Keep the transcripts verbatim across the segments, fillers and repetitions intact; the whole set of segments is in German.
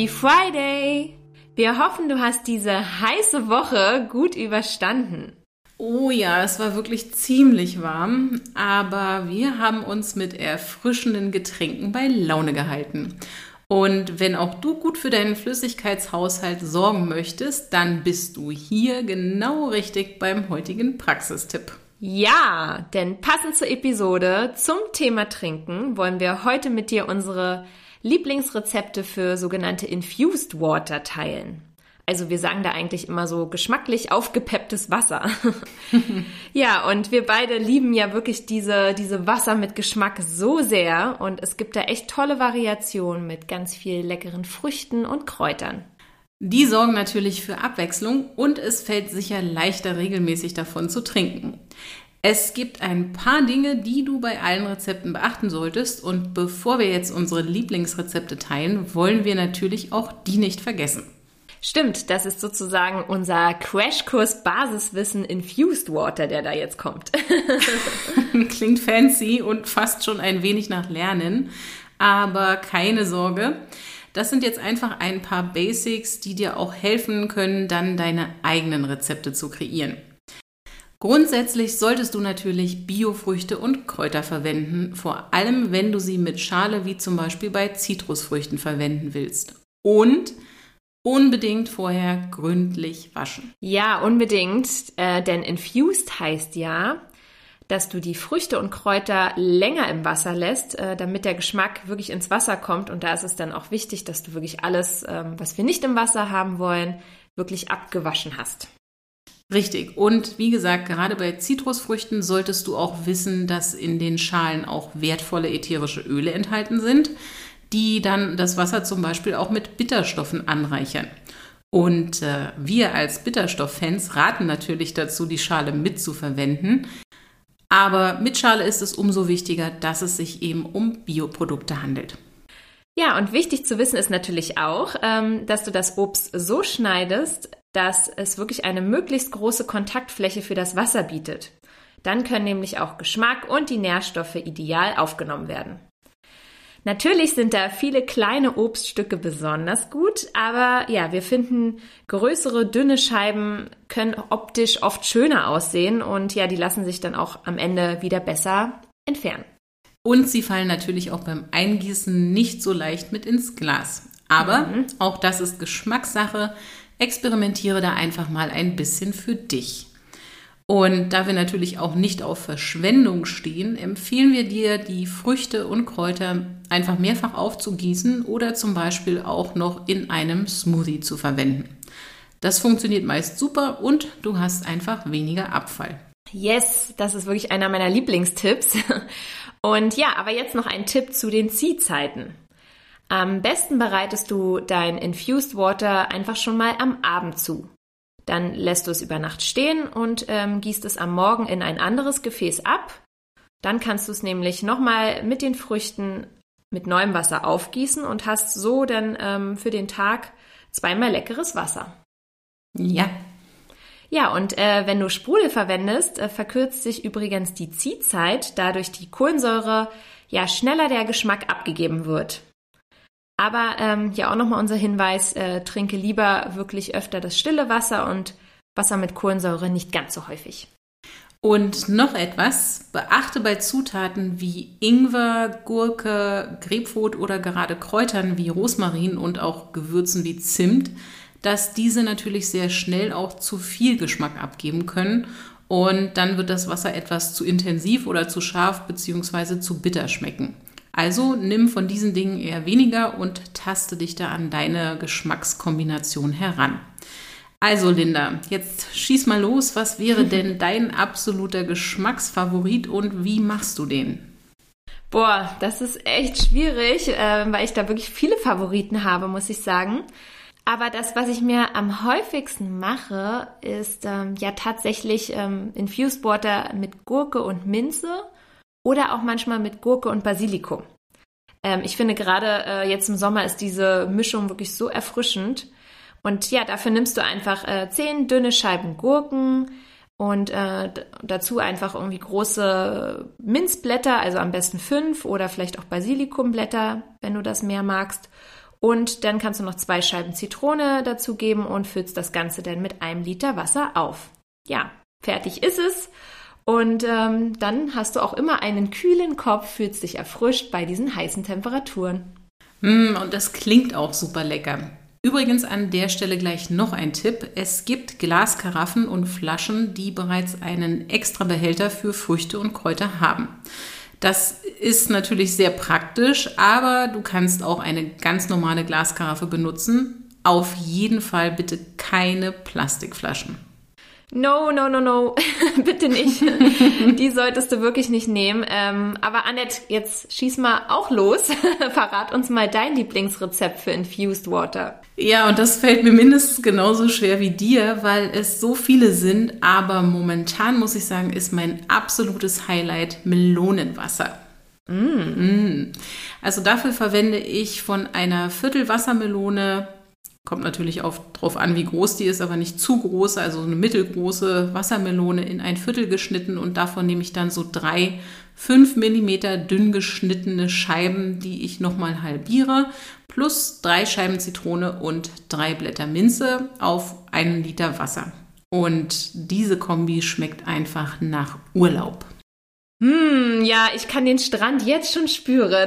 Happy Friday! Wir hoffen, du hast diese heiße Woche gut überstanden. Oh ja, es war wirklich ziemlich warm, aber wir haben uns mit erfrischenden Getränken bei Laune gehalten. Und wenn auch du gut für deinen Flüssigkeitshaushalt sorgen möchtest, dann bist du hier genau richtig beim heutigen Praxistipp. Ja, denn passend zur Episode zum Thema Trinken wollen wir heute mit dir unsere Lieblingsrezepte für sogenannte Infused Water teilen. Also wir sagen da eigentlich immer so geschmacklich aufgepepptes Wasser. Ja, und wir beide lieben ja wirklich diese, diese Wasser mit Geschmack so sehr. Und es gibt da echt tolle Variationen mit ganz viel leckeren Früchten und Kräutern. Die sorgen natürlich für Abwechslung und es fällt sicher leichter, regelmäßig davon zu trinken. Es gibt ein paar Dinge, die du bei allen Rezepten beachten solltest. Und bevor wir jetzt unsere Lieblingsrezepte teilen, wollen wir natürlich auch die nicht vergessen. Stimmt, das ist sozusagen unser Crashkurs Basiswissen Infused Water, der da jetzt kommt. Klingt fancy und fast schon ein wenig nach Lernen, aber keine Sorge. Das sind jetzt einfach ein paar Basics, die dir auch helfen können, dann deine eigenen Rezepte zu kreieren. Grundsätzlich solltest du natürlich Biofrüchte und Kräuter verwenden, vor allem wenn du sie mit Schale wie zum Beispiel bei Zitrusfrüchten verwenden willst. Und unbedingt vorher gründlich waschen. Ja, unbedingt, äh, denn infused heißt ja, dass du die Früchte und Kräuter länger im Wasser lässt, äh, damit der Geschmack wirklich ins Wasser kommt. Und da ist es dann auch wichtig, dass du wirklich alles, ähm, was wir nicht im Wasser haben wollen, wirklich abgewaschen hast. Richtig. Und wie gesagt, gerade bei Zitrusfrüchten solltest du auch wissen, dass in den Schalen auch wertvolle ätherische Öle enthalten sind, die dann das Wasser zum Beispiel auch mit Bitterstoffen anreichern. Und äh, wir als Bitterstofffans raten natürlich dazu, die Schale mitzuverwenden. Aber mit Schale ist es umso wichtiger, dass es sich eben um Bioprodukte handelt. Ja, und wichtig zu wissen ist natürlich auch, ähm, dass du das Obst so schneidest, dass es wirklich eine möglichst große Kontaktfläche für das Wasser bietet. Dann können nämlich auch Geschmack und die Nährstoffe ideal aufgenommen werden. Natürlich sind da viele kleine Obststücke besonders gut, aber ja, wir finden, größere, dünne Scheiben können optisch oft schöner aussehen und ja, die lassen sich dann auch am Ende wieder besser entfernen. Und sie fallen natürlich auch beim Eingießen nicht so leicht mit ins Glas. Aber mhm. auch das ist Geschmackssache. Experimentiere da einfach mal ein bisschen für dich. Und da wir natürlich auch nicht auf Verschwendung stehen, empfehlen wir dir, die Früchte und Kräuter einfach mehrfach aufzugießen oder zum Beispiel auch noch in einem Smoothie zu verwenden. Das funktioniert meist super und du hast einfach weniger Abfall. Yes, das ist wirklich einer meiner Lieblingstipps. Und ja, aber jetzt noch ein Tipp zu den Ziehzeiten. Am besten bereitest du dein Infused Water einfach schon mal am Abend zu. Dann lässt du es über Nacht stehen und ähm, gießt es am Morgen in ein anderes Gefäß ab. Dann kannst du es nämlich nochmal mit den Früchten mit neuem Wasser aufgießen und hast so dann ähm, für den Tag zweimal leckeres Wasser. Ja. Ja, und äh, wenn du Sprudel verwendest, äh, verkürzt sich übrigens die Ziehzeit, da durch die Kohlensäure ja schneller der Geschmack abgegeben wird. Aber ähm, ja auch nochmal unser Hinweis, äh, trinke lieber wirklich öfter das stille Wasser und Wasser mit Kohlensäure nicht ganz so häufig. Und noch etwas, beachte bei Zutaten wie Ingwer, Gurke, Grapefruit oder gerade Kräutern wie Rosmarin und auch Gewürzen wie Zimt, dass diese natürlich sehr schnell auch zu viel Geschmack abgeben können und dann wird das Wasser etwas zu intensiv oder zu scharf bzw. zu bitter schmecken. Also nimm von diesen Dingen eher weniger und taste dich da an deine Geschmackskombination heran. Also Linda, jetzt schieß mal los. Was wäre denn dein absoluter Geschmacksfavorit und wie machst du den? Boah, das ist echt schwierig, äh, weil ich da wirklich viele Favoriten habe, muss ich sagen. Aber das, was ich mir am häufigsten mache, ist ähm, ja tatsächlich ähm, Infused Water mit Gurke und Minze. Oder auch manchmal mit Gurke und Basilikum. Ähm, ich finde gerade äh, jetzt im Sommer ist diese Mischung wirklich so erfrischend. Und ja, dafür nimmst du einfach äh, zehn dünne Scheiben Gurken und äh, d- dazu einfach irgendwie große Minzblätter, also am besten fünf oder vielleicht auch Basilikumblätter, wenn du das mehr magst. Und dann kannst du noch zwei Scheiben Zitrone dazugeben und füllst das Ganze dann mit einem Liter Wasser auf. Ja, fertig ist es. Und ähm, dann hast du auch immer einen kühlen Kopf, fühlst dich erfrischt bei diesen heißen Temperaturen. Mm, und das klingt auch super lecker. Übrigens an der Stelle gleich noch ein Tipp. Es gibt Glaskaraffen und Flaschen, die bereits einen extra Behälter für Früchte und Kräuter haben. Das ist natürlich sehr praktisch, aber du kannst auch eine ganz normale Glaskaraffe benutzen. Auf jeden Fall bitte keine Plastikflaschen. No, no, no, no, bitte nicht. Die solltest du wirklich nicht nehmen. Ähm, aber Annette, jetzt schieß mal auch los. Verrat uns mal dein Lieblingsrezept für Infused Water. Ja, und das fällt mir mindestens genauso schwer wie dir, weil es so viele sind. Aber momentan muss ich sagen, ist mein absolutes Highlight Melonenwasser. Mm. Mm. Also dafür verwende ich von einer Viertel Wassermelone. Kommt natürlich auch drauf an, wie groß die ist, aber nicht zu groß, also eine mittelgroße Wassermelone in ein Viertel geschnitten und davon nehme ich dann so drei, fünf Millimeter dünn geschnittene Scheiben, die ich nochmal halbiere, plus drei Scheiben Zitrone und drei Blätter Minze auf einen Liter Wasser. Und diese Kombi schmeckt einfach nach Urlaub. Hm, ja, ich kann den Strand jetzt schon spüren.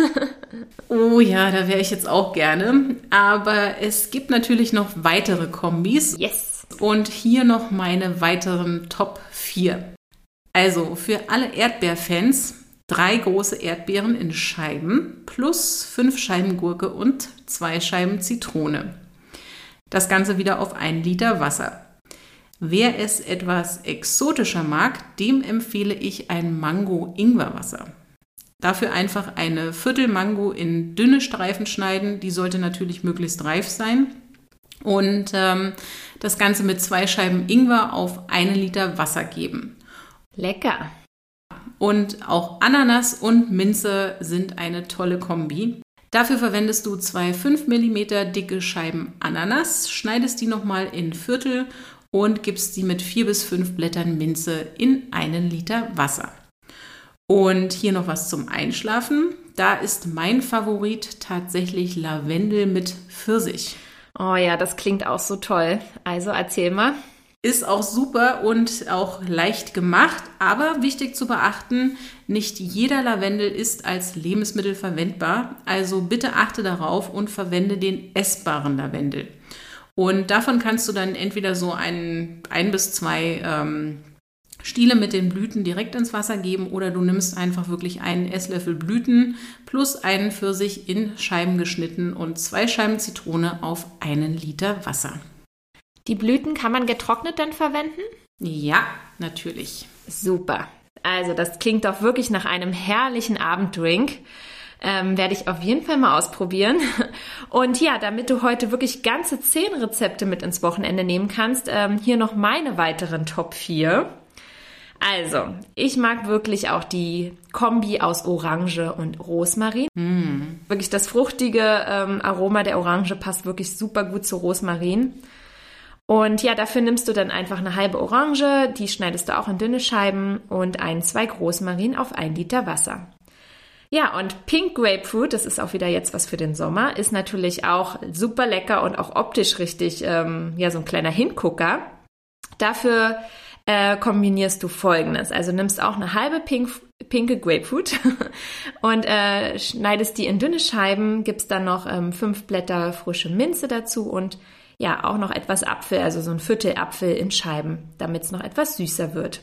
Oh ja, da wäre ich jetzt auch gerne. Aber es gibt natürlich noch weitere Kombis. Yes. Und hier noch meine weiteren Top vier. Also für alle Erdbeerfans drei große Erdbeeren in Scheiben plus fünf Scheiben Gurke und zwei Scheiben Zitrone. Das Ganze wieder auf ein Liter Wasser. Wer es etwas exotischer mag, dem empfehle ich ein Mango-Ingwer-Wasser. Dafür einfach eine Viertel Mango in dünne Streifen schneiden. Die sollte natürlich möglichst reif sein. Und ähm, das Ganze mit zwei Scheiben Ingwer auf einen Liter Wasser geben. Lecker. Und auch Ananas und Minze sind eine tolle Kombi. Dafür verwendest du zwei fünf Millimeter dicke Scheiben Ananas, schneidest die nochmal in Viertel und gibst sie mit vier bis fünf Blättern Minze in einen Liter Wasser. Und hier noch was zum Einschlafen. Da ist mein Favorit tatsächlich Lavendel mit Pfirsich. Oh ja, das klingt auch so toll. Also erzähl mal. Ist auch super und auch leicht gemacht, aber wichtig zu beachten, nicht jeder Lavendel ist als Lebensmittel verwendbar. Also bitte achte darauf und verwende den essbaren Lavendel. Und davon kannst du dann entweder so ein, ein bis zwei ähm, Stiele mit den Blüten direkt ins Wasser geben oder du nimmst einfach wirklich einen Esslöffel Blüten plus einen Pfirsich in Scheiben geschnitten und zwei Scheiben Zitrone auf einen Liter Wasser. Die Blüten kann man getrocknet dann verwenden? Ja, natürlich. Super. Also das klingt doch wirklich nach einem herrlichen Abenddrink. Ähm, werde ich auf jeden Fall mal ausprobieren. Und ja, damit du heute wirklich ganze zehn Rezepte mit ins Wochenende nehmen kannst, ähm, hier noch meine weiteren Top vier. Also, ich mag wirklich auch die Kombi aus Orange und Rosmarin. Mm. Wirklich das fruchtige ähm, Aroma der Orange passt wirklich super gut zu Rosmarin. Und ja, dafür nimmst du dann einfach eine halbe Orange, die schneidest du auch in dünne Scheiben und ein, zwei Rosmarin auf ein Liter Wasser. Ja, und Pink Grapefruit, das ist auch wieder jetzt was für den Sommer, ist natürlich auch super lecker und auch optisch richtig, ähm, ja, so ein kleiner Hingucker. Dafür äh, kombinierst du Folgendes. Also nimmst auch eine halbe Pink, pinke Grapefruit und äh, schneidest die in dünne Scheiben, gibst dann noch ähm, fünf Blätter frische Minze dazu und ja, auch noch etwas Apfel, also so ein Viertel Apfel in Scheiben, damit es noch etwas süßer wird.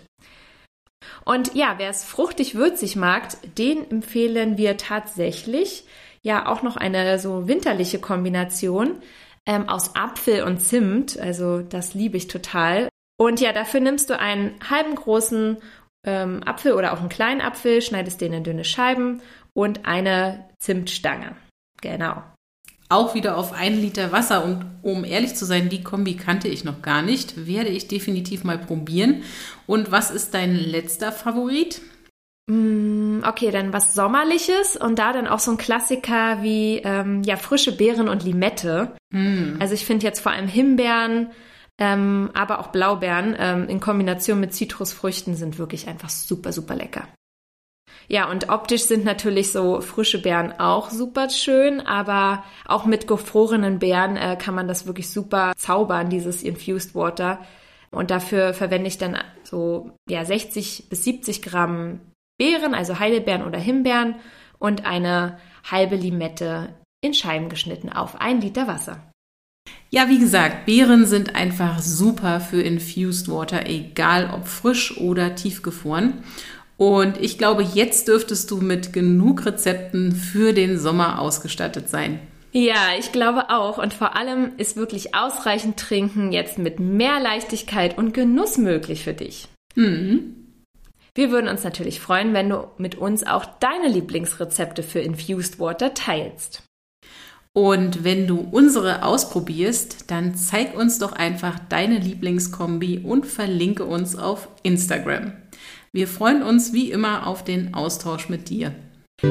Und ja, wer es fruchtig würzig mag, den empfehlen wir tatsächlich ja auch noch eine so winterliche Kombination ähm, aus Apfel und Zimt. Also das liebe ich total. Und ja, dafür nimmst du einen halben großen ähm, Apfel oder auch einen kleinen Apfel, schneidest den in dünne Scheiben und eine Zimtstange. Genau. Auch wieder auf ein Liter Wasser und um ehrlich zu sein, die Kombi kannte ich noch gar nicht, werde ich definitiv mal probieren. Und was ist dein letzter Favorit? Okay, dann was Sommerliches und da dann auch so ein Klassiker wie ähm, ja frische Beeren und Limette. Mm. Also ich finde jetzt vor allem Himbeeren, ähm, aber auch Blaubeeren ähm, in Kombination mit Zitrusfrüchten sind wirklich einfach super, super lecker. Ja, und optisch sind natürlich so frische Beeren auch super schön, aber auch mit gefrorenen Beeren äh, kann man das wirklich super zaubern, dieses Infused Water. Und dafür verwende ich dann so ja, sechzig bis siebzig Gramm Beeren, also Heidelbeeren oder Himbeeren und eine halbe Limette in Scheiben geschnitten auf ein Liter Wasser. Ja, wie gesagt, Beeren sind einfach super für Infused Water, egal ob frisch oder tiefgefroren. Und ich glaube, jetzt dürftest du mit genug Rezepten für den Sommer ausgestattet sein. Ja, ich glaube auch. Und vor allem ist wirklich ausreichend Trinken jetzt mit mehr Leichtigkeit und Genuss möglich für dich. Mhm. Wir würden uns natürlich freuen, wenn du mit uns auch deine Lieblingsrezepte für Infused Water teilst. Und wenn du unsere ausprobierst, dann zeig uns doch einfach deine Lieblingskombi und verlinke uns auf Instagram. Wir freuen uns wie immer auf den Austausch mit dir.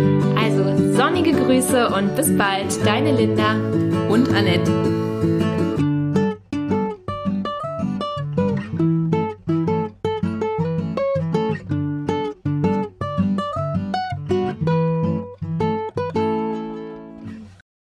Also sonnige Grüße und bis bald, deine Linda und Annette.